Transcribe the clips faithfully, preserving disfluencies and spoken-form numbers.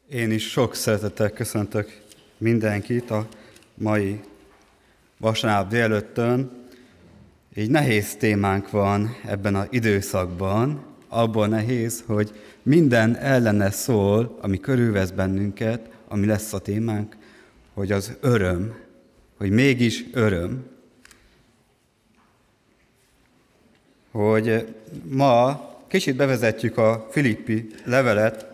Én is sok szeretettel köszöntök mindenkit a mai vasárnap délelőttön. Így nehéz témánk van ebben az időszakban, abból nehéz, hogy minden ellene szól, ami körülvesz bennünket, ami lesz a témánk, hogy az öröm, hogy mégis öröm. Hogy ma kicsit bevezetjük a Filippi levelet,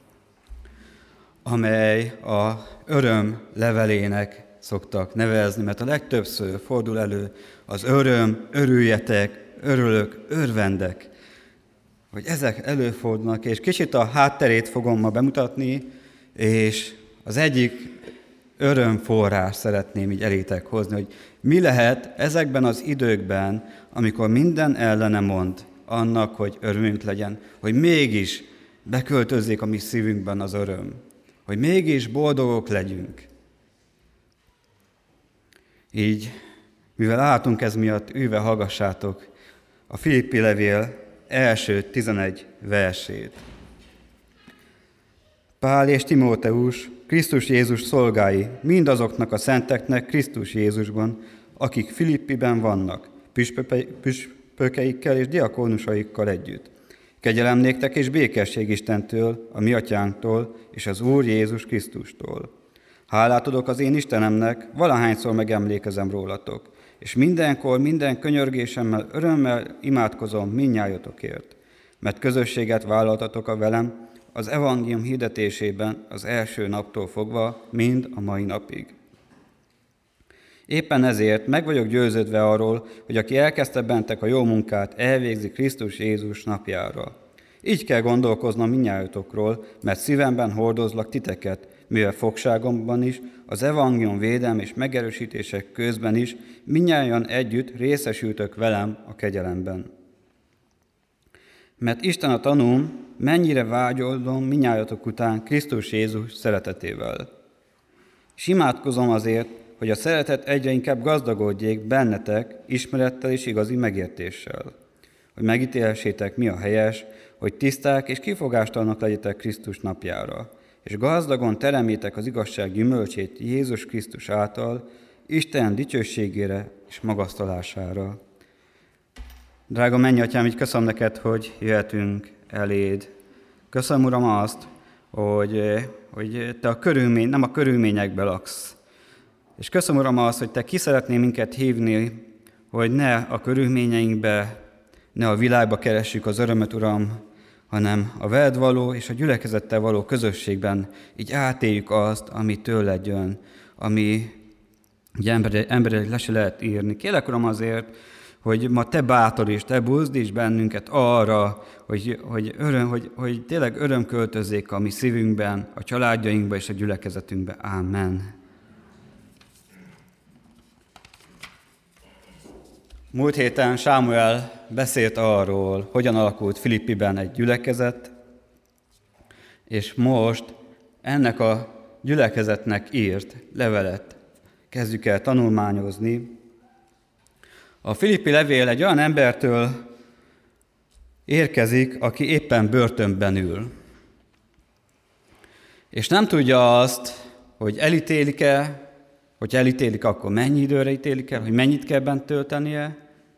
amely a öröm levelének szoktak nevezni, mert a legtöbbször fordul elő az öröm, örüljetek, örülök, örvendek, hogy ezek előfordulnak, és kicsit a hátterét fogom ma bemutatni, és az egyik örömforrás szeretném így elétek hozni, hogy mi lehet ezekben az időkben, amikor minden ellene mond annak, hogy örömünk legyen, hogy mégis beköltözzék a mi szívünkben az öröm, hogy mégis boldogok legyünk. Így, mivel álltunk ez miatt, ülve hallgassátok a Filippi levél első tizenegy versét. Pál és Timóteus, Krisztus Jézus szolgái, mindazoknak a szenteknek Krisztus Jézusban, akik Filippiben vannak, püspökeikkel és diakónusaikkal együtt. Kegyelem néktek és békesség Istentől, a mi atyánktól és az Úr Jézus Krisztustól. Hálát adok az én Istenemnek, valahányszor megemlékezem rólatok, és mindenkor, minden könyörgésemmel, örömmel imádkozom mindnyájatokért, mert közösséget vállaltatok a velem az evangélium hirdetésében az első naptól fogva, mind a mai napig. Éppen ezért meg vagyok győződve arról, hogy aki elkezdte bentek a jó munkát, elvégzi Krisztus Jézus napjára. Így kell gondolkoznom mindnyájatokról, mert szívemben hordozlak titeket, mivel fogságomban is, az evangélium védelm és megerősítések közben is mindnyájan együtt részesültök velem a kegyelemben. Mert Isten a tanúm, mennyire vágyódom mindnyájatok után Krisztus Jézus szeretetével. És imádkozom azért, hogy a szeretet egyre inkább gazdagodjék bennetek ismerettel és igazi megértéssel, hogy megítélhessétek, mi a helyes, hogy tiszták és kifogástalanok legyetek Krisztus napjára, és gazdagon teremétek az igazság gyümölcsét Jézus Krisztus által, Isten dicsőségére és magasztalására. Drága mennyatyám, így köszönöm neked, hogy jöhetünk eléd. Köszönöm, Uram, azt, hogy, hogy te a körülmény, nem a körülményekbe laksz. És köszönöm, Uram, azt, hogy te ki szeretnél minket hívni, hogy ne a körülményeinkbe, ne a világba keressük az örömöt, Uram, hanem a veled való és a gyülekezettel való közösségben így átéljük azt, ami tőled jön, ami emberek le se lehet írni. Kérlek, Uram, azért, hogy ma te bátoríts, te buzdíts bennünket arra, hogy, hogy, öröm, hogy, hogy tényleg öröm költözzék a mi szívünkben, a családjainkban és a gyülekezetünkben. Ámen. Múlt héten Sámuel beszélt arról, hogyan alakult Filippiben egy gyülekezet, és most ennek a gyülekezetnek írt levelet kezdjük el tanulmányozni. A Filippi levél egy olyan embertől érkezik, aki éppen börtönben ül. És nem tudja azt, hogy elítélik-e, hogy elítélik, akkor mennyi időre ítélik el, hogy mennyit kell bent töltenie.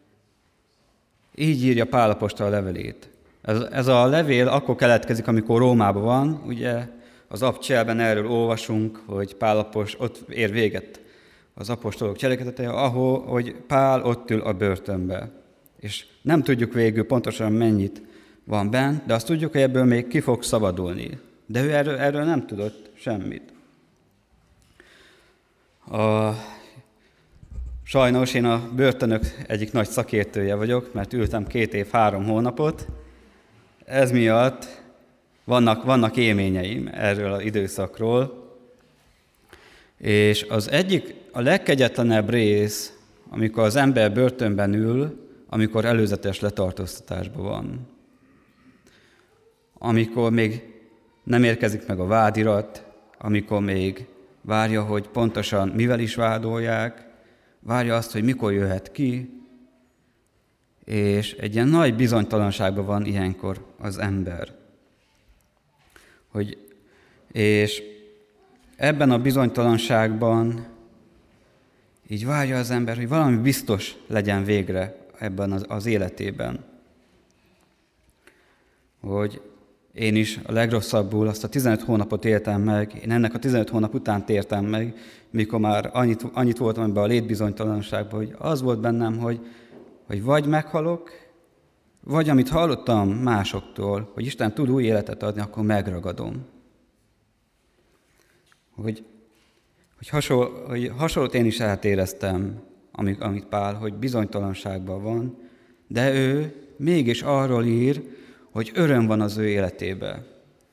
Így írja Pál apostol a levelét. Ez, ez a levél akkor keletkezik, amikor Rómában van, ugye az Abcselben erről olvasunk, hogy Pál apostol ott ér véget az apostolok cselekedete, ahol, hogy Pál ott ül a börtönbe. És nem tudjuk végül pontosan mennyit van bent, de azt tudjuk, hogy ebből még ki fog szabadulni. De ő erről, erről nem tudott semmit. A... Sajnos én a börtönök egyik nagy szakértője vagyok, mert ültem két év, három hónapot. Ez miatt vannak, vannak élményeim erről az időszakról. És az egyik, a legkegyetlenebb rész, amikor az ember börtönben ül, amikor előzetes letartóztatásban van. Amikor még nem érkezik meg a vádirat, amikor még várja, hogy pontosan mivel is vádolják, várja azt, hogy mikor jöhet ki, és egy ilyen nagy bizonytalanságban van ilyenkor az ember. Hogy És ebben a bizonytalanságban így várja az ember, hogy valami biztos legyen végre ebben az, az életében. Hogy én is a legrosszabbul azt a tizenöt hónapot éltem meg, én ennek a tizenöt hónap után tértem meg, mikor már annyit, annyit voltam ebben a létbizonytalanságban, hogy az volt bennem, hogy, hogy vagy meghalok, vagy amit hallottam másoktól, hogy Isten tud új életet adni, akkor megragadom. Hogy, hogy, hasonl, hogy hasonlót én is eltéreztem, amit, amit Pál, hogy bizonytalanságban van, de ő mégis arról ír, hogy öröm van az ő életébe.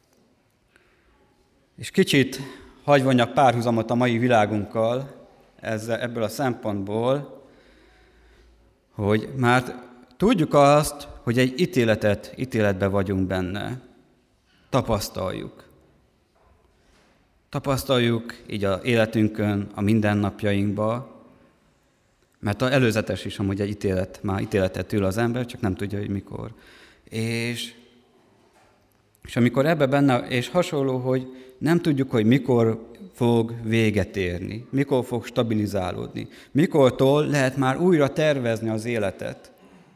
És kicsit hagy vonjak párhuzamot a mai világunkkal, ezzel, ebből a szempontból, hogy már tudjuk azt, hogy egy ítéletet, ítéletbe vagyunk benne. Tapasztaljuk. Tapasztaljuk így az életünkön, a mindennapjainkban, mert az előzetes is amúgy egy ítélet, már ítéletet ül az ember, csak nem tudja, hogy mikor. És, és amikor ebbe benne, és hasonló, hogy nem tudjuk, hogy mikor fog véget érni, mikor fog stabilizálódni, mikortól lehet már újra tervezni az életet.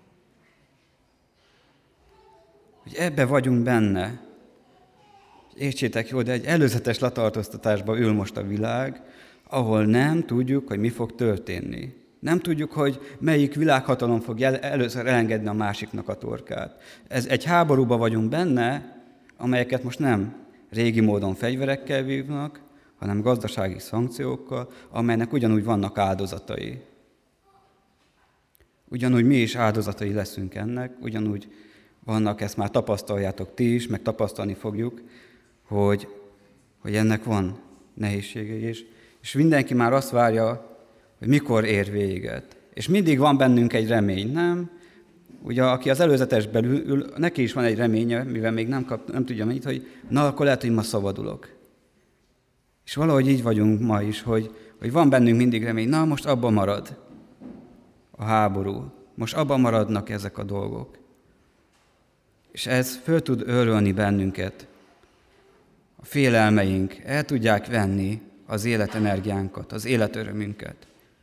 Hogy ebbe vagyunk benne. Értsétek jól, de egy előzetes letartóztatásba ül most a világ, ahol nem tudjuk, hogy mi fog történni. Nem tudjuk, hogy melyik világhatalom fog először elengedni a másiknak a torkát. Ez egy háborúba vagyunk benne, amelyeket most nem régi módon fegyverekkel vívnak, hanem gazdasági szankciókkal, amelynek ugyanúgy vannak áldozatai. Ugyanúgy mi is áldozatai leszünk ennek, ugyanúgy vannak, ezt már tapasztaljátok ti is, meg tapasztalni fogjuk, hogy, hogy ennek van nehézségei is, és mindenki már azt várja, hogy mikor ér véget. És mindig van bennünk egy remény, nem? Ugye, aki az előzetesben ül, neki is van egy reménye, mivel még nem, kap, nem tudja mennyit, hogy na, akkor lehet, hogy ma szabadulok. És valahogy így vagyunk ma is, hogy, hogy van bennünk mindig remény, na, most abban marad a háború. Most abban maradnak ezek a dolgok. És ez föl tud őrölni bennünket. A félelmeink el tudják venni az életenergiánkat, az életörömünket.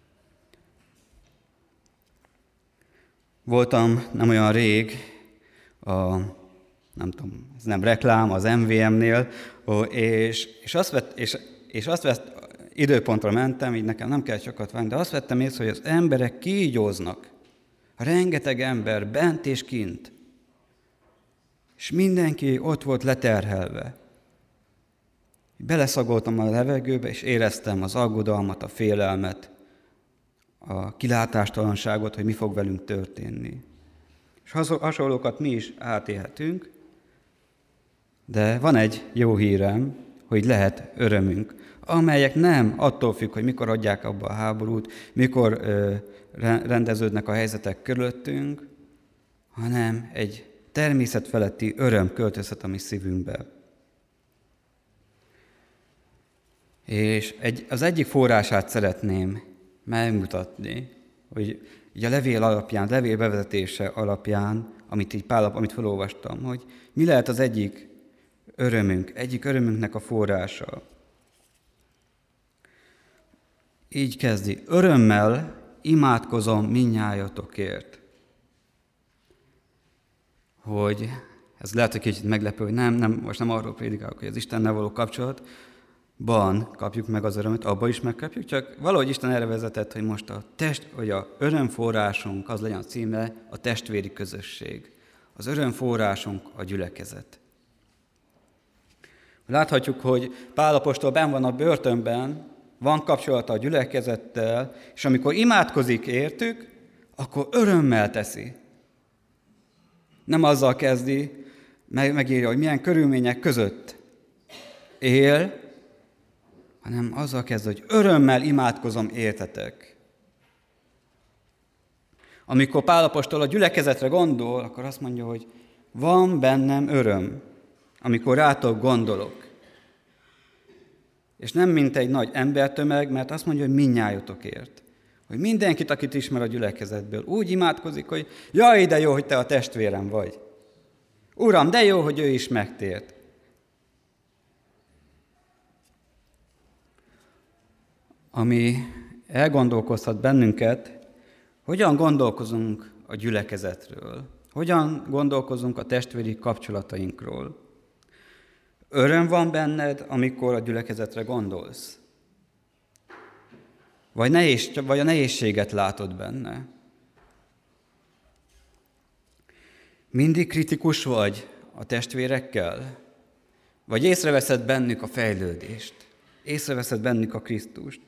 Voltam nem olyan rég, a, nem tudom, ez nem reklám, az em vé em-nél, és, és azt vett, és, és azt vett, időpontra mentem, így nekem nem kell sokat venni, de azt vettem észre, hogy az emberek kígyóznak. Rengeteg ember bent és kint. És mindenki ott volt leterhelve. Beleszagoltam a levegőbe, és éreztem az aggodalmat, a félelmet, a kilátástalanságot, hogy mi fog velünk történni. És hasonlókat mi is átélhetünk, de van egy jó hírem, hogy lehet örömünk, amelyek nem attól függ, hogy mikor adják abba a háborút, mikor ö, rendeződnek a helyzetek körülöttünk, hanem egy természetfeletti öröm költözhet a mi szívünkbe. És egy, az egyik forrását szeretném megmutatni, hogy így a levél alapján, a levél bevezetése alapján, amit így Pál, amit felolvastam, hogy mi lehet az egyik örömünk, egyik örömünknek a forrása. Így kezdi, örömmel imádkozom mindnyájatokért. Hogy ez lehet, hogy kicsit meglepő, hogy nem, nem, most nem arról prédikálok, hogy az Istennel való kapcsolatban kapjuk meg az örömöt, abban is megkapjuk, csak valahogy Isten erre vezetett, hogy most a test, vagy a örömforrásunk, az legyen a címe, a testvéri közösség. Az örömforrásunk a gyülekezet. Láthatjuk, hogy Pál apostol benn van a börtönben, van kapcsolata a gyülekezettel, és amikor imádkozik értük, akkor örömmel teszi. Nem azzal kezdi, meg, megírja, hogy milyen körülmények között él, hanem azzal kezdi, hogy örömmel imádkozom értetek. Amikor Pál apostol a gyülekezetre gondol, akkor azt mondja, hogy van bennem öröm, amikor rátok gondolok. És nem mint egy nagy embertömeg, mert azt mondja, hogy mindnyájotokért. Hogy mindenkit, akit ismer a gyülekezetből, úgy imádkozik, hogy jaj, de jó, hogy te a testvérem vagy. Uram, de jó, hogy ő is megtért. ami elgondolkoztat bennünket, hogyan gondolkozunk a gyülekezetről, hogyan gondolkozunk a testvéri kapcsolatainkról. Öröm van benned, amikor a gyülekezetre gondolsz? Vagy, nehéz, vagy a nehézséget látod benne? Mindig kritikus vagy a testvérekkel? Vagy észreveszed bennük a fejlődést? Észreveszed bennük a Krisztust?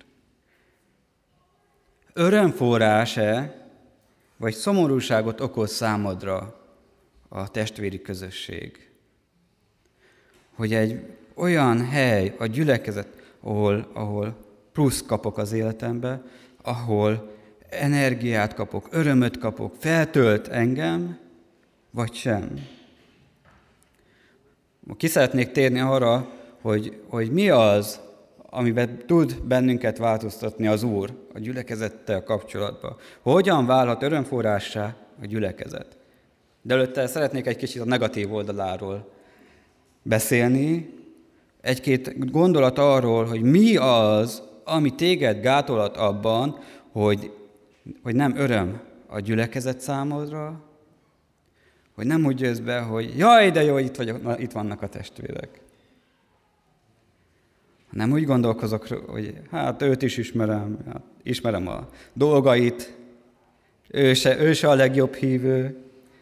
Örömforrás-e, vagy szomorúságot okoz számodra a testvéri közösség? Hogy egy olyan hely, a gyülekezet, ahol, ahol plusz kapok az életembe, ahol energiát kapok, örömöt kapok, feltölt engem, vagy sem. Ki szeretnék térni arra, hogy, hogy mi az, amiben tud bennünket változtatni az Úr a gyülekezettel kapcsolatban. Hogyan válhat örömforrássá a gyülekezet? De előtte szeretnék egy kicsit a negatív oldaláról beszélni. Egy-két gondolat arról, hogy mi az, ami téged gátolhat abban, hogy, hogy nem öröm a gyülekezet számodra, hogy nem úgy jössz be, hogy jaj, de jó, itt, vagyok, na, itt vannak a testvérek. Nem úgy gondolkozok, hogy hát őt is ismerem, hát ismerem a dolgait, ő se, ő se a legjobb hívő,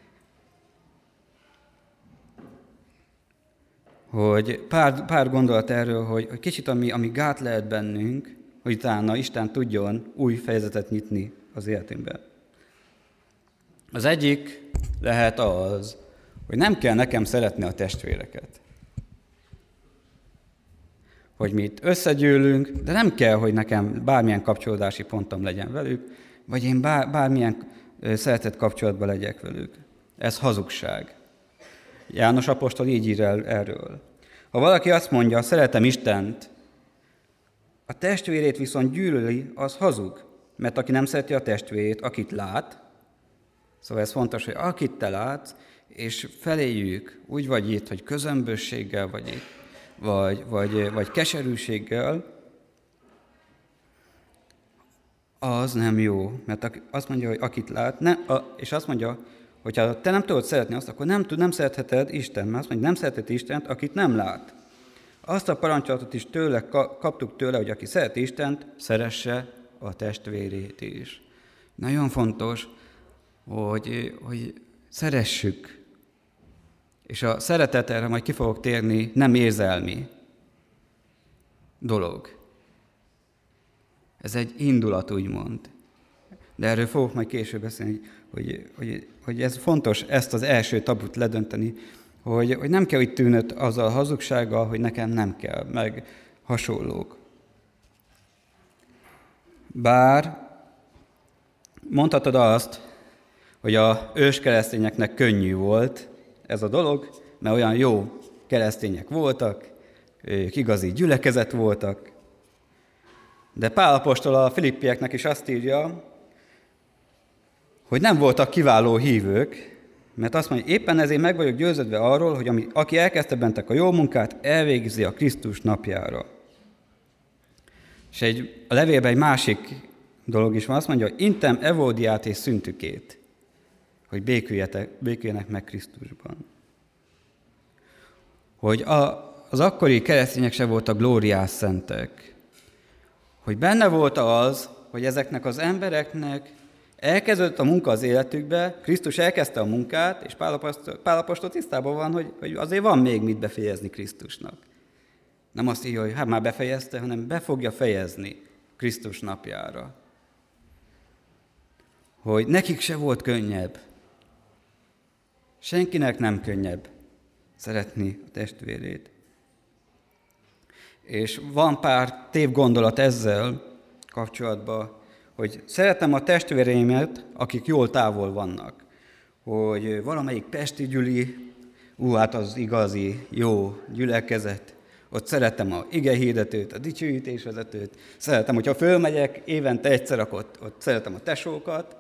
hogy pár, pár gondolat erről, hogy, hogy kicsit ami, ami gát lehet bennünk, hogy utána Isten tudjon új fejezetet nyitni az életünkben. Az egyik lehet az, hogy nem kell nekem szeretni a testvéreket. Hogy mi itt összegyűlünk, de nem kell, hogy nekem bármilyen kapcsolódási pontom legyen velük, vagy én bár, bármilyen szeretett kapcsolatban legyek velük. Ez hazugság. János apostol így ír el erről. Ha valaki azt mondja, szeretem Istent, a testvérét viszont gyűlöli, az hazug. Mert aki nem szereti a testvérét, akit lát, szóval ez fontos, hogy akit te látsz, és feléjük úgy vagy itt, hogy közömbösséggel vagy itt, vagy, vagy, vagy keserűséggel, az nem jó. Mert azt mondja, hogy akit lát, ne, a, és azt mondja, hogy ha te nem tudod szeretni azt, akkor nem, nem szeretheted Isten, mert azt mondja, nem szeretheted Istent, akit nem lát. Azt a parancsolatot is tőle, kaptuk tőle, hogy aki szereti Istent, szeresse a testvérét is. Nagyon fontos, hogy, hogy szeressük. És a szeretet, erre majd ki fogok térni, nem érzelmi dolog. Ez egy indulat, úgymond. De erről fogok majd később beszélni, hogy, hogy, hogy ez fontos ezt az első tabut ledönteni, hogy, hogy nem kell itt tűnöd azzal a hazugsággal, hogy nekem nem kell, meg hasonlók. Bár mondhatod azt, hogy a őskeresztényeknek könnyű volt ez a dolog, mert olyan jó keresztények voltak, ők igazi gyülekezet voltak, de Pál apostol a filippieknek is azt írja, hogy nem voltak kiváló hívők, mert azt mondja, éppen ezért meg vagyok győződve arról, hogy ami, aki elkezdte bentek a jó munkát, elvégzi a Krisztus napjára. És egy, a levélben egy másik dolog is van, azt mondja, hogy intem Evódiát és szüntükét, hogy béküljenek meg Krisztusban. Hogy a, az akkori keresztények se voltak glóriás szentek. Hogy benne volt az, hogy ezeknek az embereknek elkezdődött a munka az életükbe, Krisztus elkezdte a munkát, és Pál apostol tisztában van, hogy, hogy azért van még mit befejezni Krisztusnak. Nem azt írja, hogy hát már befejezte, hanem be fogja fejezni Krisztus napjára. Hogy nekik se volt könnyebb. Senkinek nem könnyebb szeretni a testvérét. És van pár tévgondolat ezzel kapcsolatban, hogy szeretem a testvéreimet, akik jól távol vannak. Hogy valamelyik pesti gyüli, ú, hát az igazi, jó gyülekezet. Ott szeretem a igehirdetőt, a dicsőítésvezetőt. Szeretem, hogyha fölmegyek évente egyszer, akkor ott, ott szeretem a tesókat.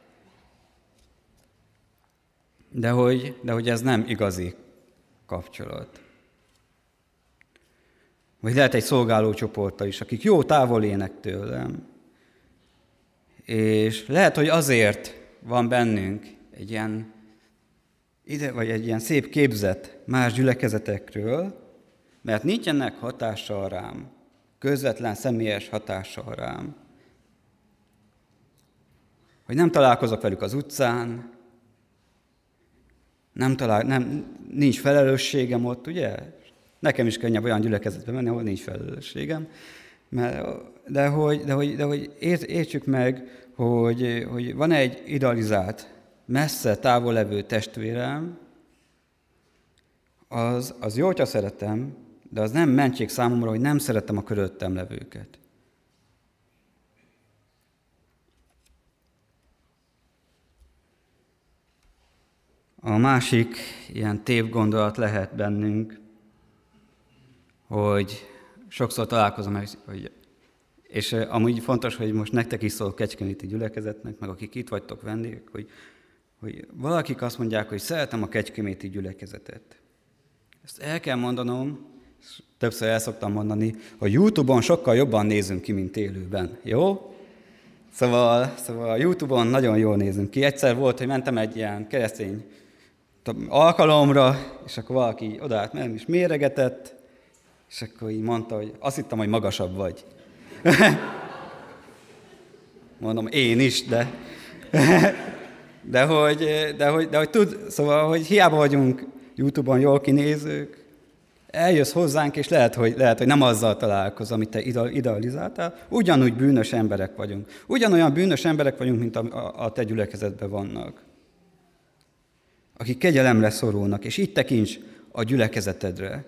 De hogy, de hogy ez nem igazi kapcsolat. vagy lehet egy szolgálócsoporttal is, akik jó távol élnek tőlem. És lehet, hogy azért van bennünk egy ilyen, ide, vagy egy ilyen szép képzet más gyülekezetekről, mert nincsenek hatással rám, közvetlen személyes hatással rám. Hogy nem találkozok velük az utcán, nem talál, nem, nincs felelősségem ott, ugye? Nekem is könnyebb olyan gyülekezetbe menni, ahol nincs felelősségem. Mert, de hogy, de hogy, de hogy ért, értsük meg, hogy, hogy van egy idealizált, messze távol levő testvérem, az, az jó, hogyha szeretem, de az nem mentség számomra, hogy nem szeretem a körülöttem levőket. A másik ilyen tévgondolat lehet bennünk, hogy sokszor találkozom, hogy, és amúgy fontos, hogy most nektek is szól Kecskeméti gyülekezetnek, meg akik itt vagytok vendégek, hogy, hogy valakik azt mondják, hogy szeretem a Kecskeméti gyülekezetet. Ezt el kell mondanom, többször el szoktam mondani, hogy YouTube-on sokkal jobban nézünk ki, mint élőben. Jó? Szóval, szóval a YouTube-on nagyon jól nézünk ki. Egyszer volt, hogy mentem egy ilyen keresztény alkalomra, és akkor valaki odaállt mellém, és méregetett, és akkor így mondta, hogy azt hittem, hogy magasabb vagy. Mondom, én is, de... de, hogy, de, hogy, de hogy tud, szóval, hogy hiába vagyunk YouTube-on jól kinézők, eljössz hozzánk, és lehet, hogy, lehet, hogy nem azzal találkozom, amit te idealizáltál, ugyanúgy bűnös emberek vagyunk. Ugyanolyan bűnös emberek vagyunk, mint a, a te gyülekezetben vannak. Akik kegyelemre szorulnak, és így tekints a gyülekezetedre.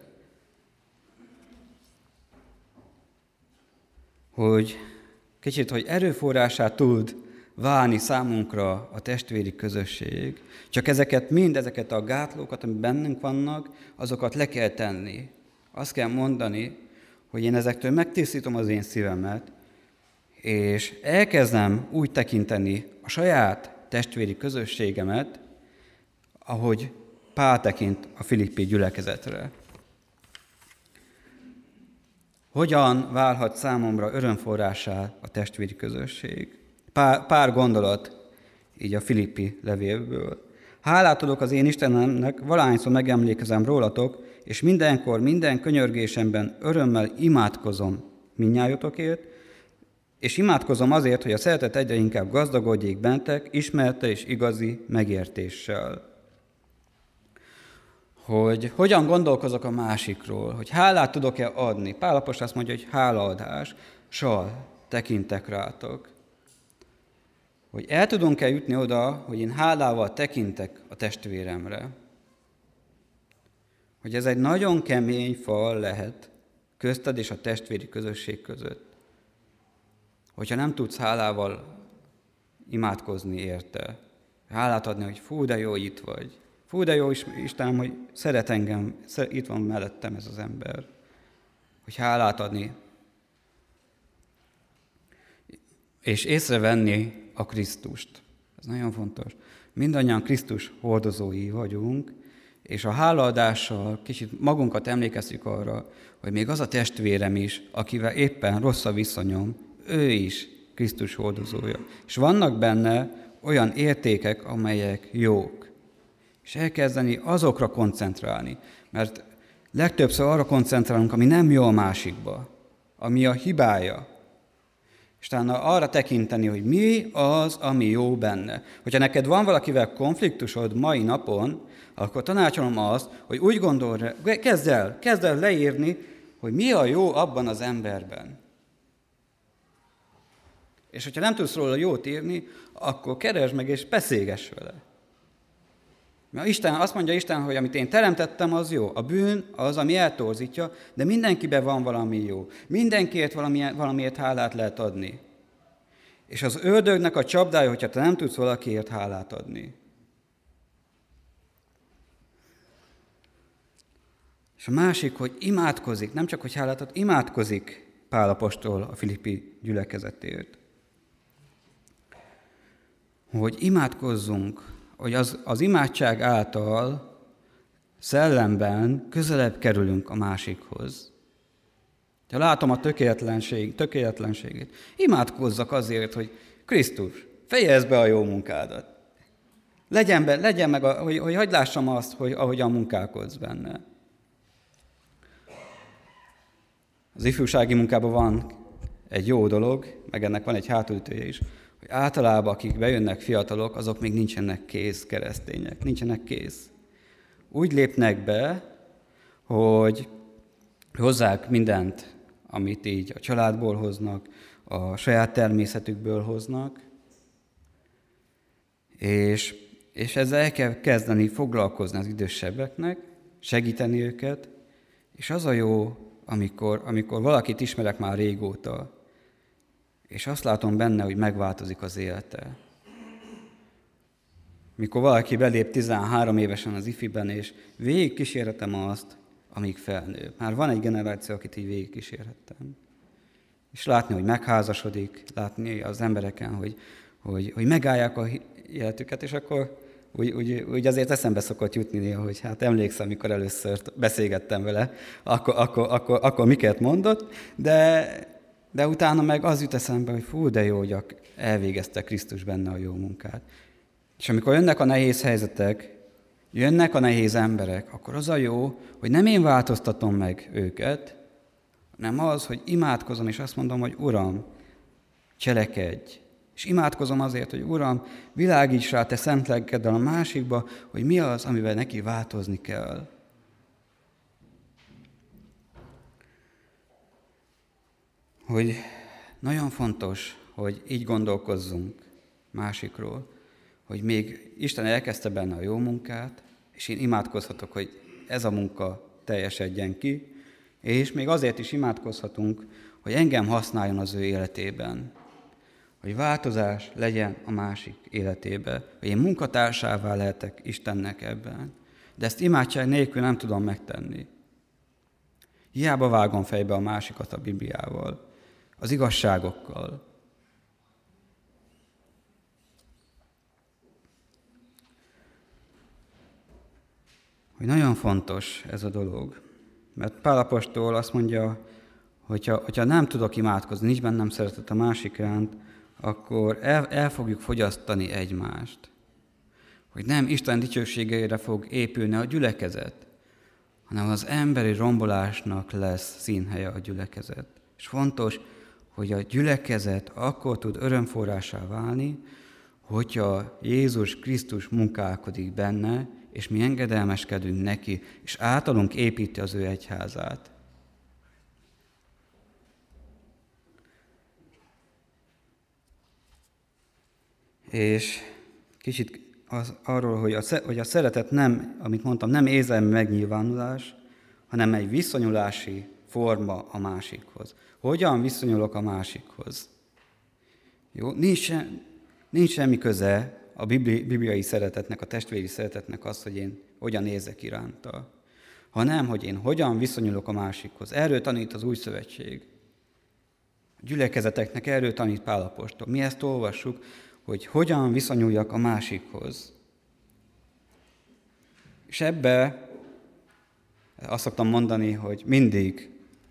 Hogy kicsit, hogy erőforrását tud válni számunkra a testvéri közösség, csak ezeket, mind ezeket a gátlókat, amik bennünk vannak, azokat le kell tenni. Azt kell mondani, hogy én ezektől megtisztítom az én szívemet, és elkezdem úgy tekinteni a saját testvéri közösségemet, ahogy Pál tekint a filippi gyülekezetre. Hogyan válhat számomra örömforrásá a testvéri közösség? Pár, pár gondolat így a filippi levélből. Hálát adok az én Istenemnek, valahányszor megemlékezem rólatok, és mindenkor, minden könyörgésemben örömmel imádkozom mindnyájotokért, és imádkozom azért, hogy a szeretet egyre inkább gazdagodjék bentek, ismerte és igazi megértéssel. Hogy hogyan gondolkozok a másikról, hogy hálát tudok-e adni. Pál apostol azt mondja, hogy hálaadással tekintek rátok. Hogy el tudunk-e jutni oda, hogy én hálával tekintek a testvéremre. Hogy ez egy nagyon kemény fal lehet közted és a testvéri közösség között. Hogyha nem tudsz hálával imádkozni érte, hálát adni, hogy fú, de jó, itt vagy. Fú, de jó, Istenem, hogy szeret engem, itt van mellettem ez az ember. Hogy hálát adni. És észrevenni a Krisztust. Ez nagyon fontos. Mindannyian Krisztus hordozói vagyunk, és a hálaadással kicsit magunkat emlékeztük arra, hogy még az a testvérem is, akivel éppen rossz a viszonyom, ő is Krisztus hordozója. És vannak benne olyan értékek, amelyek jók. És elkezdeni azokra koncentrálni, mert legtöbbször arra koncentrálunk, ami nem jó a másikba, ami a hibája. És utána arra tekinteni, hogy mi az, ami jó benne. Hogyha neked van valakivel konfliktusod mai napon, akkor tanácsolom azt, hogy úgy gondolj, kezd el, kezd el leírni, hogy mi a jó abban az emberben. És hogyha nem tudsz róla jót írni, akkor keresd meg és beszélgess vele. Mert Isten, azt mondja Isten, hogy amit én teremtettem, az jó. A bűn az, ami eltorzítja, de mindenkiben van valami jó. Mindenkiért valami, valamiért hálát lehet adni. És az ördögnek a csapdája, hogyha te nem tudsz valakiért hálát adni. És a másik, hogy imádkozik, nem csak, hogy hálát ad, imádkozik Pál apostol a filippi gyülekezetért. Hogy imádkozzunk, hogy az, az imádság által szellemben közelebb kerülünk a másikhoz. Ha látom a tökéletlenség, tökéletlenségét, imádkozzak azért, hogy Krisztus, fejezd be a jó munkádat. Legyen, be, legyen meg, a, hogy, hogy hagyd lássam azt, hogy ahogyan munkálkodsz benne. Az ifjúsági munkában van egy jó dolog, meg ennek van egy hátulütője is, hogy általában akik bejönnek fiatalok, azok még nincsenek kész keresztények, nincsenek kész. Úgy lépnek be, hogy hozzák mindent, amit így a családból hoznak, a saját természetükből hoznak, és, és ezzel el kell kezdeni foglalkozni az idősebbeknek, segíteni őket, és az a jó, amikor, amikor valakit ismerek már régóta, és azt látom benne, hogy megváltozik az élete. Mikor valaki belép tizenhárom évesen az ifiben, és végig kísérhetem azt, amíg felnő. Már van egy generáció, akit így végig kísérhettem. És látni, hogy megházasodik, látni az embereken, hogy, hogy, hogy megállják a életüket, és akkor úgy, úgy, úgy azért eszembe szokott jutni néha, hogy hát emlékszem, amikor először beszélgettem vele, akkor, akkor, akkor, akkor miket mondott, de, de utána meg az jut eszembe, hogy fú, de jó, hogy elvégezte Krisztus benne a jó munkát. És amikor jönnek a nehéz helyzetek, jönnek a nehéz emberek, akkor az a jó, hogy nem én változtatom meg őket, hanem az, hogy imádkozom, és azt mondom, hogy Uram, cselekedj. És imádkozom azért, hogy Uram, világíts rá te szent lelkeddel a másikba, hogy mi az, amivel neki változni kell. Hogy nagyon fontos, hogy így gondolkozzunk másikról, hogy még Isten elkezdte benne a jó munkát, és én imádkozhatok, hogy ez a munka teljesedjen ki, és még azért is imádkozhatunk, hogy engem használjon az ő életében, hogy változás legyen a másik életébe, hogy én munkatársává lehetek Istennek ebben. De ezt imádság nélkül nem tudom megtenni. Hiába vágom fejbe a másikat a Bibliával, az igazságokkal. Hogy nagyon fontos ez a dolog, mert Pál apostol azt mondja, hogyha, hogyha nem tudok imádkozni, nincs bennem szeretet a másik iránt, akkor el, el fogjuk fogyasztani egymást. Hogy nem Isten dicsőségére fog épülni a gyülekezet, hanem az emberi rombolásnak lesz színhelye a gyülekezet. És fontos, hogy a gyülekezet akkor tud örömforrássá válni, hogyha Jézus Krisztus munkálkodik benne, és mi engedelmeskedünk neki, és általunk építi az ő egyházát. És kicsit az, arról, hogy a, hogy a szeretet nem, amit mondtam, nem érzelmi megnyilvánulás, hanem egy viszonyulási forma a másikhoz. Hogyan viszonyulok a másikhoz? Jó, nincs, nincs semmi köze a bibli, bibliai szeretetnek, a testvéri szeretetnek az, hogy én hogyan nézek iránta, hanem, hogy én hogyan viszonyulok a másikhoz. Erről tanít az Új Szövetség. A gyülekezeteknek erről tanít Pál apostol. Mi ezt olvassuk, hogy hogyan viszonyuljak a másikhoz. És ebbe azt szoktam mondani, hogy mindig,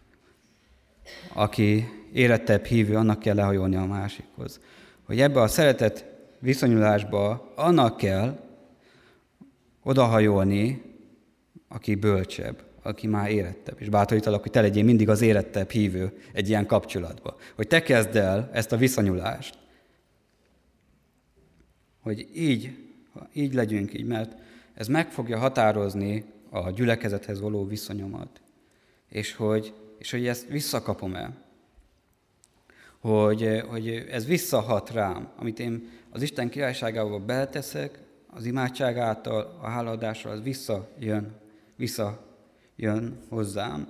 aki érettebb hívő, annak kell lehajolni a másikhoz. Hogy ebbe a szeretet viszonyulásba annak kell odahajolni, aki bölcsebb, aki már érettebb. És bátorítalak, hogy te legyél mindig az érettebb hívő egy ilyen kapcsolatba. Hogy te kezd el ezt a viszonyulást. Hogy így, így legyünk így, mert ez meg fogja határozni a gyülekezethez való viszonyomat. És hogy, és hogy ezt visszakapom-e. Hogy, hogy ez visszahat rám, amit én az Isten királyságába beleteszek, az imádság által, a hálaadással, az visszajön, visszajön hozzám.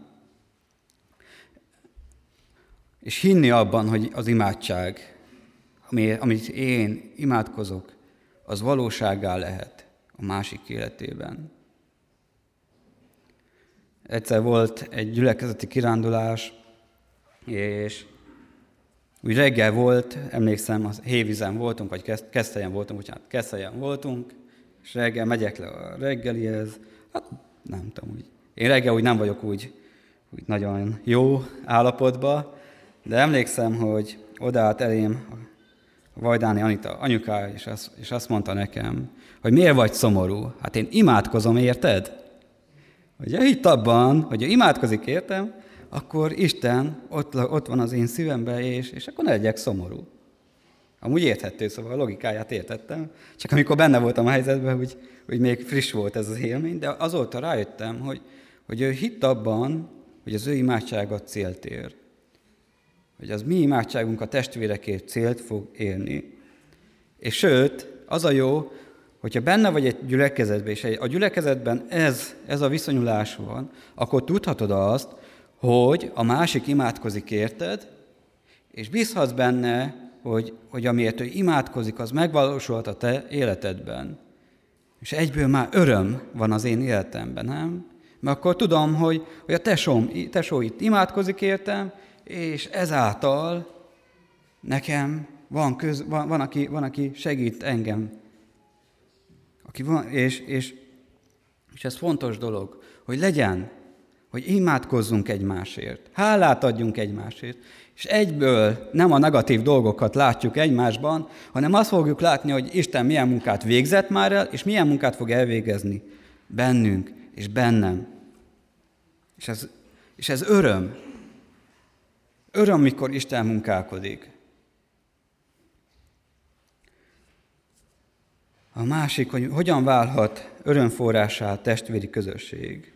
És hinni abban, hogy az imádság, amit én imádkozok, az valósággá lehet a másik életében. Egyszer volt egy gyülekezeti kirándulás, és úgy reggel volt, emlékszem, az Hévízen voltunk, vagy Keszthelyen voltunk, bocsánat, Keszthelyen voltunk, és reggel megyek le a reggelihez, hát nem tudom, úgy. Én reggel úgy nem vagyok úgy, úgy nagyon jó állapotba, de emlékszem, hogy odaállt elém a Vajdáni Anita anyukája, és azt, és azt mondta nekem, hogy miért vagy szomorú? Hát én imádkozom, érted? Hogy hitt abban, hogy ha imádkozik értem, akkor Isten ott, ott van az én szívemben, és, és akkor ne legyek szomorú. Amúgy érthető, szóval a logikáját értettem, csak amikor benne voltam a helyzetben, hogy, hogy még friss volt ez az élmény, de azóta rájöttem, hogy, hogy ő hitt abban, hogy az ő imádsága célt ér. Hogy az mi imádságunk a testvérekért célt fog érni. És sőt, az a jó, hogyha benne vagy egy gyülekezetben, és a gyülekezetben ez, ez a viszonyulás van, akkor tudhatod azt, hogy a másik imádkozik érted, és bízhatsz benne, hogy, hogy amiért ő imádkozik, az megvalósulhat a te életedben. És egyből már öröm van az én életemben, nem? Mert akkor tudom, hogy, hogy a tesóm, tesó itt imádkozik értem, és ezáltal nekem van, köz, van, van, aki, van aki segít engem. Aki van, és, és, és ez fontos dolog, hogy legyen, hogy imádkozzunk egymásért, hálát adjunk egymásért, és egyből nem a negatív dolgokat látjuk egymásban, hanem azt fogjuk látni, hogy Isten milyen munkát végzett már el, és milyen munkát fog elvégezni bennünk és bennem. És ez, és ez öröm. Öröm, mikor Isten munkálkodik. A másik, hogy hogyan válhat örömforrásá a testvéri közösség.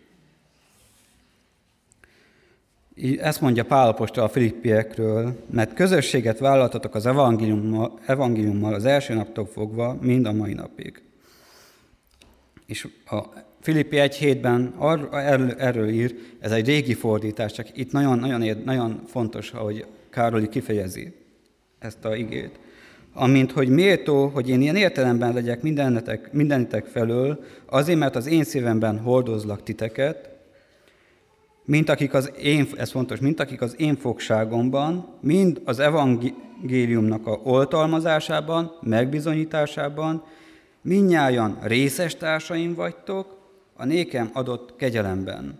Ezt mondja Pál apostol a Filippiekről, mert közösséget vállaltatok az evangéliummal, evangéliummal az első naptól fogva, mind a mai napig. És a Filippi egy hétben erről, erről ír, ez egy régi fordítás, csak itt nagyon, nagyon, nagyon fontos, ahogy Károli kifejezi ezt a igét. Amint, hogy méltó, hogy én ilyen értelemben legyek mindenetek, mindenitek felől, azért, mert az én szívemben hordozlak titeket, mint akik az én, ez fontos, mint akik az én fogságomban, mind az evangéliumnak a oltalmazásában, megbizonyításában, mindnyájan részes társaim vagytok a nékem adott kegyelemben.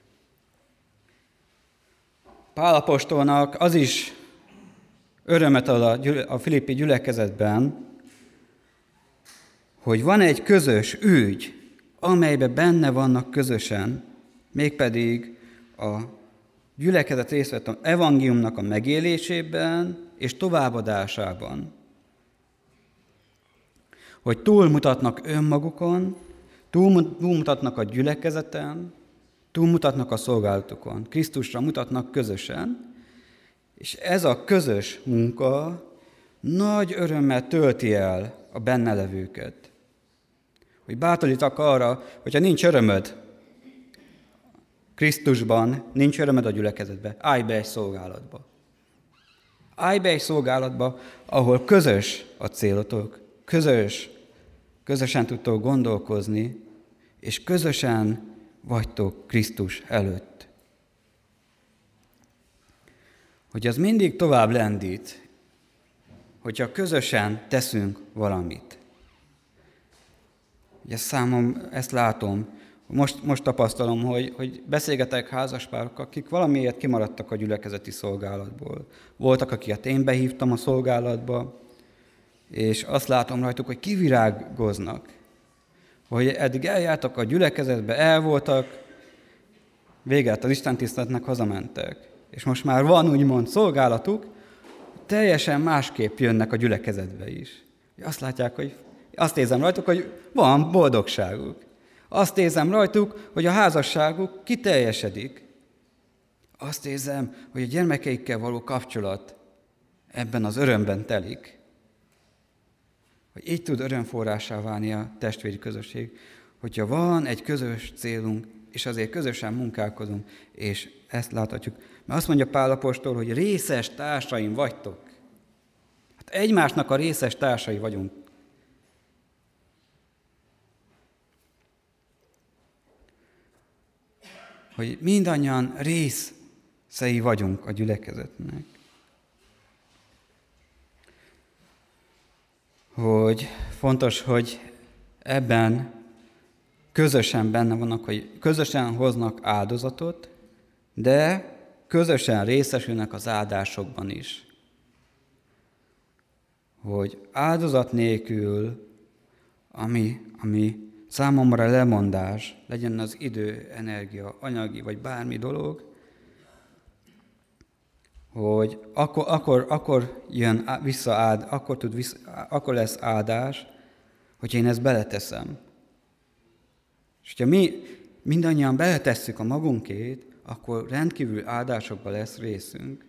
Pál apostolnak az is örömet ad a, gyüle, a filippi gyülekezetben, hogy van egy közös ügy, amelyben benne vannak közösen, mégpedig a gyülekezet részt vett az evangéliumnak a megélésében és továbbadásában. Hogy túlmutatnak önmagukon, túlmutatnak a gyülekezeten, túlmutatnak a szolgálatokon, Krisztusra mutatnak közösen, és ez a közös munka nagy örömmel tölti el a benne levőket. Hogy bátorítak arra, hogyha nincs örömöd Krisztusban, nincs örömöd a gyülekezetbe, állj be egy szolgálatba. Állj be egy szolgálatba, ahol közös a célotok, közös, közösen tudtok gondolkozni, és közösen vagytok Krisztus előtt. Hogy az mindig tovább lendít, hogyha közösen teszünk valamit. Ugye számom, ezt látom, most, most tapasztalom, hogy, hogy beszélgetek házaspárokkal, akik valamiért kimaradtak a gyülekezeti szolgálatból. Voltak, akiket én behívtam a szolgálatba, és azt látom rajtuk, hogy kivirágoznak. Hogy eddig eljártak a gyülekezetbe, el voltak, véget az istentiszteletnek hazamentek. És most már van úgymond szolgálatuk, teljesen másképp jönnek a gyülekezetbe is. Azt látják, hogy azt érzem rajtuk, hogy van boldogságuk. Azt érzem rajtuk, hogy a házasságuk kiteljesedik. Azt érzem, hogy a gyermekeikkel való kapcsolat ebben az örömben telik. Hogy így tud örömforrássá válni a testvéri közösség, hogyha van egy közös célunk, és azért közösen munkálkodunk, és ezt láthatjuk. Mert azt mondja Pál apostol, hogy részes társaim vagytok. Hát egymásnak a részes társai vagyunk. Hogy mindannyian részei vagyunk a gyülekezetnek. Hogy fontos, hogy ebben közösen benne vannak, hogy közösen hoznak áldozatot, de közösen részesülnek az áldásokban is. Hogy áldozat nélkül, ami, ami számomra lemondás, legyen az idő, energia, anyagi vagy bármi dolog, hogy akkor, akkor, akkor jön vissza áld, akkor, tud vissza, akkor lesz áldás, hogy én ezt beleteszem. És ha mi mindannyian beletesszük a magunkét, akkor rendkívül áldásokban lesz részünk.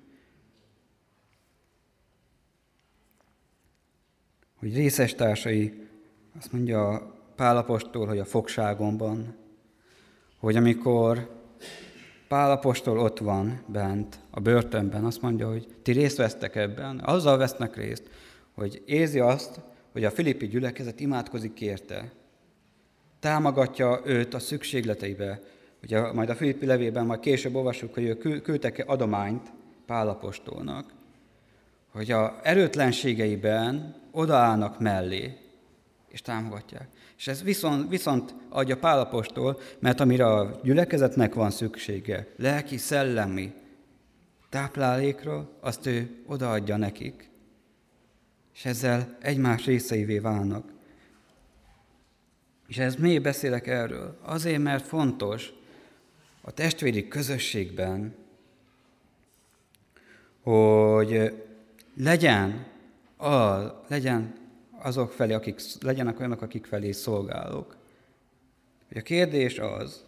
Hogy részes társai, azt mondja Pál apostol, hogy a fogságomban, hogy amikor Pál apostol ott van bent a börtönben, azt mondja, hogy ti részt vesztek ebben, azzal vesznek részt, hogy érzi azt, hogy a filippi gyülekezet imádkozik érte. Támogatja őt a szükségleteibe. Ugye majd a filippi levélben majd később olvassuk, hogy ők küldtek adományt Pál apostolnak, hogy a erőtlenségeiben odaállnak mellé, és támogatják. És ez viszont, viszont adja Pál apostol, mert amire a gyülekezetnek van szüksége, lelki, szellemi táplálékra, azt ő odaadja nekik. És ezzel egymás részeivé válnak. És ez miért beszélek erről? Azért, mert fontos a testvéri közösségben, hogy legyen, a, legyen azok felé, akik, legyenek olyanok, akik felé szolgálok. A kérdés az,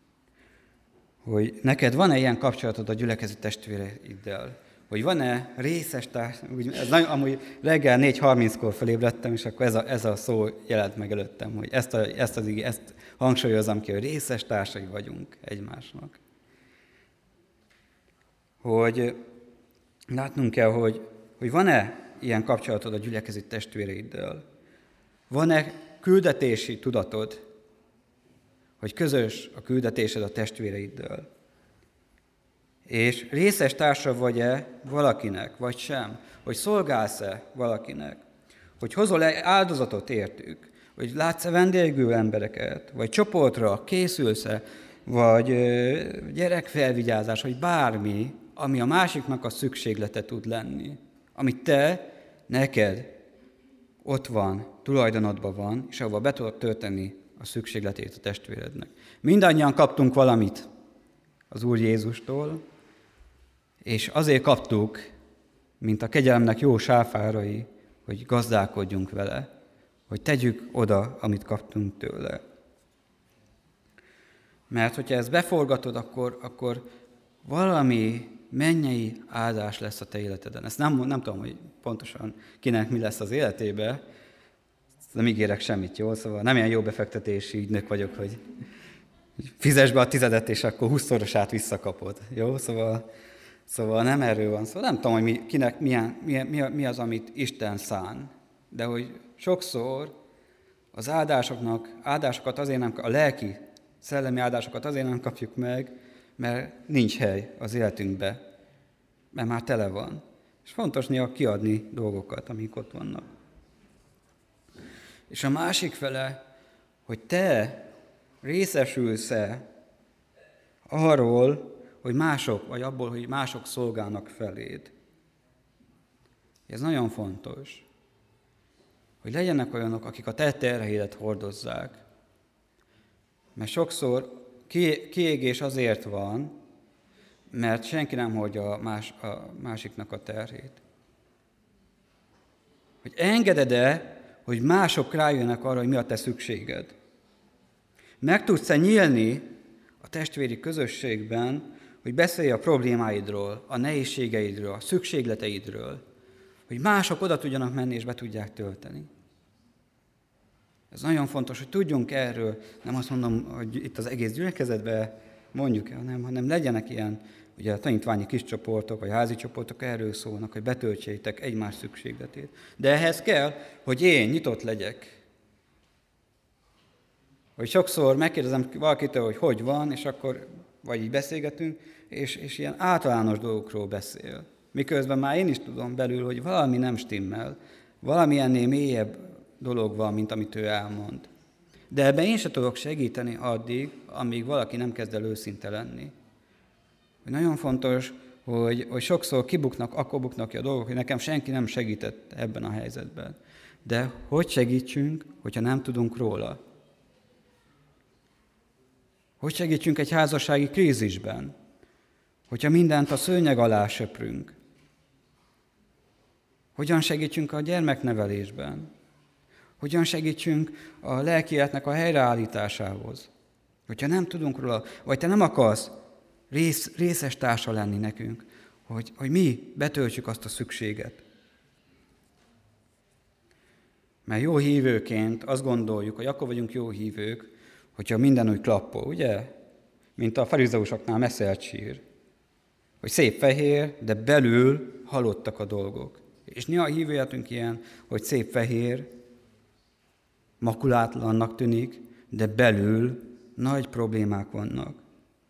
hogy neked van-e ilyen kapcsolatod a gyülekezeti testvéreiddel? Hogy van-e részes társ... Ez nagyon, amúgy reggel négy harminckor felébredtem, és akkor ez a, ez a szó jelent meg előttem, hogy ezt, a, ezt, az, ezt hangsúlyozom ki, hogy részes társai vagyunk egymásnak. Hogy látnunk kell, hogy, hogy van-e ilyen kapcsolatod a gyülekezeti testvéreiddel? Van-e küldetési tudatod, hogy közös a küldetésed a testvéreiddel? És részes társa vagy-e valakinek, vagy sem? Hogy szolgálsz-e valakinek? Hogy hozol-e áldozatot értük? Hogy látsz-e vendégül embereket? Vagy csoportra készülsz-e? Vagy gyerekfelvigyázás, vagy bármi, ami a másiknak a szükséglete tud lenni. Amit te, neked ott van, tulajdonodban van, és ahova be tudod tölteni a szükségletét a testvérednek. Mindannyian kaptunk valamit az Úr Jézustól, és azért kaptuk, mint a kegyelemnek jó sáfárai, hogy gazdálkodjunk vele, hogy tegyük oda, amit kaptunk tőle. Mert hogyha ezt beforgatod, akkor, akkor valami mennyei áldás lesz a te életeden. Ezt nem, nem tudom, hogy pontosan kinek mi lesz az életébe, nem ígérek semmit, jó? Szóval nem ilyen jó befektetési ügynök vagyok, hogy fizess be a tizedet, és akkor húszszorosát visszakapod, jó? Szóval, szóval nem erről van. Szóval nem tudom, hogy mi, kinek milyen, mi, mi az, amit Isten szán, de hogy sokszor az áldásoknak, áldásokat azért nem, a lelki, szellemi áldásokat azért nem kapjuk meg, mert nincs hely az életünkbe, mert már tele van. És fontos néha kiadni dolgokat, amik ott vannak. És a másik fele, hogy te részesülsz-e arról, hogy mások, vagy abból, hogy mások szolgálnak feléd. Ez nagyon fontos, hogy legyenek olyanok, akik a te terheidet hordozzák. Mert sokszor kiégés azért van, mert senki nem hordja a, más, a másiknak a terhét. Hogy engeded-e, hogy mások rájönnek arra, hogy mi a te szükséged. Meg tudsz-e nyílni a testvéri közösségben, hogy beszélj a problémáidról, a nehézségeidről, a szükségleteidről, hogy mások oda tudjanak menni és be tudják tölteni. Ez nagyon fontos, hogy tudjunk erről, nem azt mondom, hogy itt az egész gyülekezetben mondjuk, hanem, hanem legyenek ilyen, ugye a tanítványi kis csoportok, vagy házi csoportok erről szólnak, hogy betöltsétek egymás szükségletét. De ehhez kell, hogy én nyitott legyek. Hogy sokszor megkérdezem valakitől, hogy hogy van, és akkor vagy így beszélgetünk, és, és ilyen általános dolgokról beszél. Miközben már én is tudom belül, hogy valami nem stimmel, valami ennél mélyebb dolog van, mint amit ő elmond. De ebben én sem tudok segíteni addig, amíg valaki nem kezd el őszinte lenni. hogy nagyon fontos, hogy, hogy sokszor kibuknak, akkor buknak ki a dolgok, hogy nekem senki nem segített ebben a helyzetben. De hogy segítsünk, hogyha nem tudunk róla? Hogy segítsünk egy házassági krízisben, hogyha mindent a szőnyeg alá söprünk? Hogyan segítsünk a gyermeknevelésben? Hogyan segítsünk a lelki életnek a helyreállításához? Hogyha nem tudunk róla, vagy te nem akarsz rész, részes társa lenni nekünk, hogy, hogy mi betöltsük azt a szükséget. Mert jó hívőként azt gondoljuk, hogy akkor vagyunk jó hívők, hogyha minden úgy klappol, ugye? Mint a farizeusoknál meszelt sír. Hogy szép fehér, de belül halottak a dolgok. És néha a hívőjetünk ilyen, hogy szép fehér, makulátlannak tűnik, de belül nagy problémák vannak.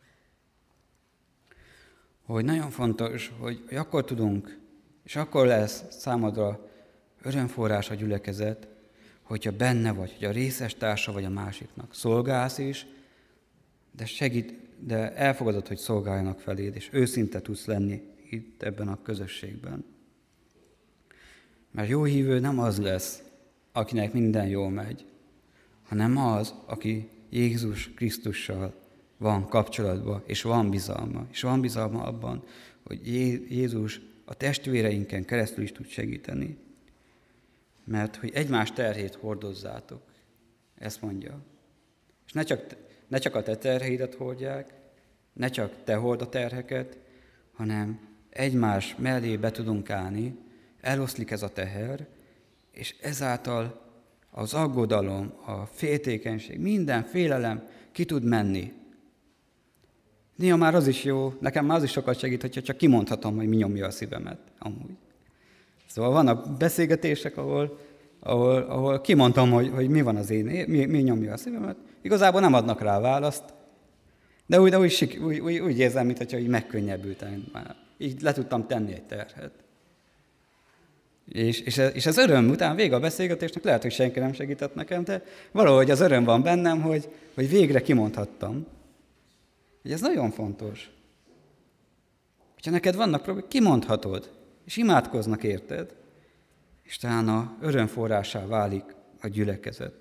Hogy nagyon fontos, hogy, hogy akkor tudunk, és akkor lesz számodra örömforrás a gyülekezet, hogyha benne vagy, hogy a részes társa vagy a másiknak. Szolgálsz is, de segít, de elfogadod, hogy szolgáljanak feléd, és őszinte tudsz lenni itt ebben a közösségben. Mert jó hívő nem az lesz, akinek minden jól megy, hanem az, aki Jézus Krisztussal van kapcsolatban, és van bizalma. És van bizalma abban, hogy Jézus a testvéreinken keresztül is tud segíteni. Mert hogy egymás terhét hordozzátok, ezt mondja. És ne csak, ne csak a te terhédet hordják, ne csak te hord a terheket, hanem egymás mellé be tudunk állni, eloszlik ez a teher, és ezáltal az aggodalom, a féltékenység, minden félelem ki tud menni. Néha már az is jó, nekem már az is sokat segít, hogyha csak kimondhatom, hogy mi nyomja a szívemet amúgy. Szóval vannak beszélgetések, ahol, ahol, ahol kimondtam, hogy, hogy mi van az én, mi, mi nyomja a szívemet. Igazából nem adnak rá választ, de úgy, de úgy, úgy, úgy, úgy érzem, mintha így megkönnyebbültem már. Így le tudtam tenni egy terhet. És, és, ez, és ez öröm után, vége a beszélgetésnek, lehet, hogy senki nem segített nekem, de valahogy az öröm van bennem, hogy, hogy végre kimondhattam. Hogy ez nagyon fontos. Hogyha neked vannak problémák, kimondhatod, és imádkoznak érted, és talán a örömforrásá válik a gyülekezet.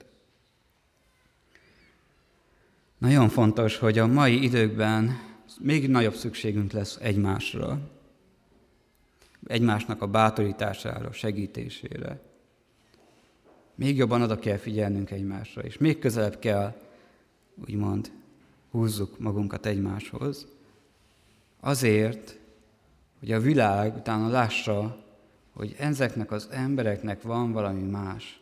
Nagyon fontos, hogy a mai időkben még nagyobb szükségünk lesz egymásra. Egymásnak a bátorítására, segítésére. Még jobban oda kell figyelnünk egymásra, és még közelebb kell, úgymond, húzzuk magunkat egymáshoz. Azért, hogy a világ utána lássa, hogy ezeknek az embereknek van valami más.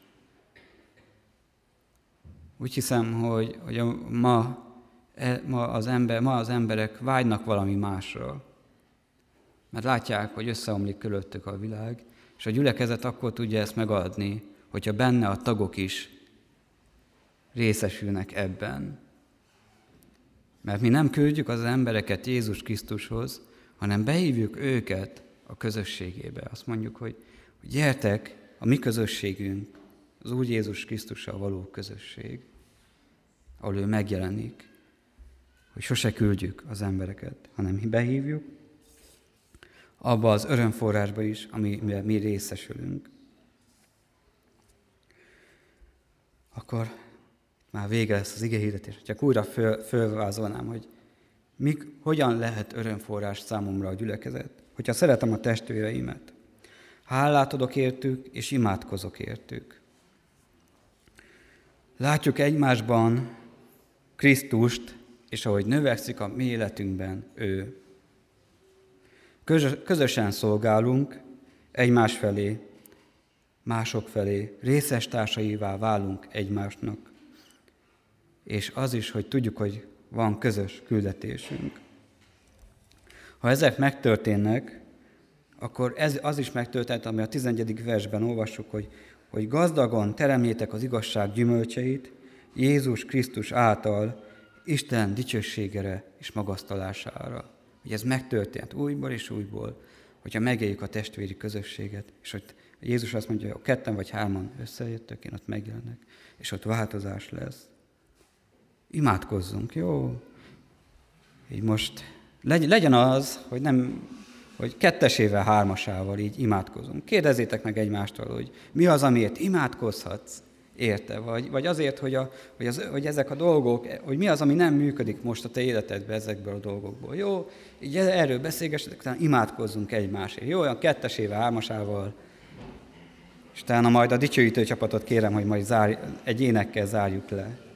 Úgy hiszem, hogy, hogy a, ma, e, ma, az ember, ma az emberek vágynak valami másra. Mert látják, hogy összeomlik körülöttük a világ, és a gyülekezet akkor tudja ezt megadni, hogyha benne a tagok is részesülnek ebben. Mert mi nem küldjük az embereket Jézus Krisztushoz, hanem behívjuk őket a közösségébe. Azt mondjuk, hogy, hogy gyertek, a mi közösségünk, az Úr Jézus Krisztussal való közösség, ahol ő megjelenik, hogy sose küldjük az embereket, hanem mi behívjuk, abba az örömforrásba is, amiben mi részesülünk. Akkor már vége lesz az igehirdetés. Csak újra föl, fölvázolnám, hogy mik, hogyan lehet örömforrás számomra a gyülekezet, hogyha szeretem a testvéreimet. Hálát adok értük, és imádkozok értük. Látjuk egymásban Krisztust, és ahogy növekszik a mi életünkben ő. Közösen szolgálunk egymás felé, mások felé, részes társaivá válunk egymásnak. És az is, hogy tudjuk, hogy van közös küldetésünk. Ha ezek megtörténnek, akkor ez az is megtörtént, ami a tizenegyedik versben olvassuk, hogy, hogy gazdagon teremjétek az igazság gyümölcseit Jézus Krisztus által Isten dicsőségére és magasztalására. Hogy ez megtörtént újból és újból, hogyha megéljük a testvéri közösséget, és hogy Jézus azt mondja, hogy ketten vagy hárman összejöttök, én ott megjelennek, és ott változás lesz. Imádkozzunk, jó? Így most Legyen az, hogy nem, hogy kettesével, hármasával így imádkozunk. Kérdezzétek meg egymástól, hogy mi az, amiért imádkozhatsz, érte? Vagy, vagy azért, hogy, a, hogy, az, hogy ezek a dolgok, hogy mi az, ami nem működik most a te életedben ezekből a dolgokból. Jó, így erről beszélgessetek, utána imádkozzunk egymásért. Jó, olyan kettesével, hármasával. És utána majd a dicsőítő csapatot kérem, hogy majd zár, egy énekkel zárjuk le.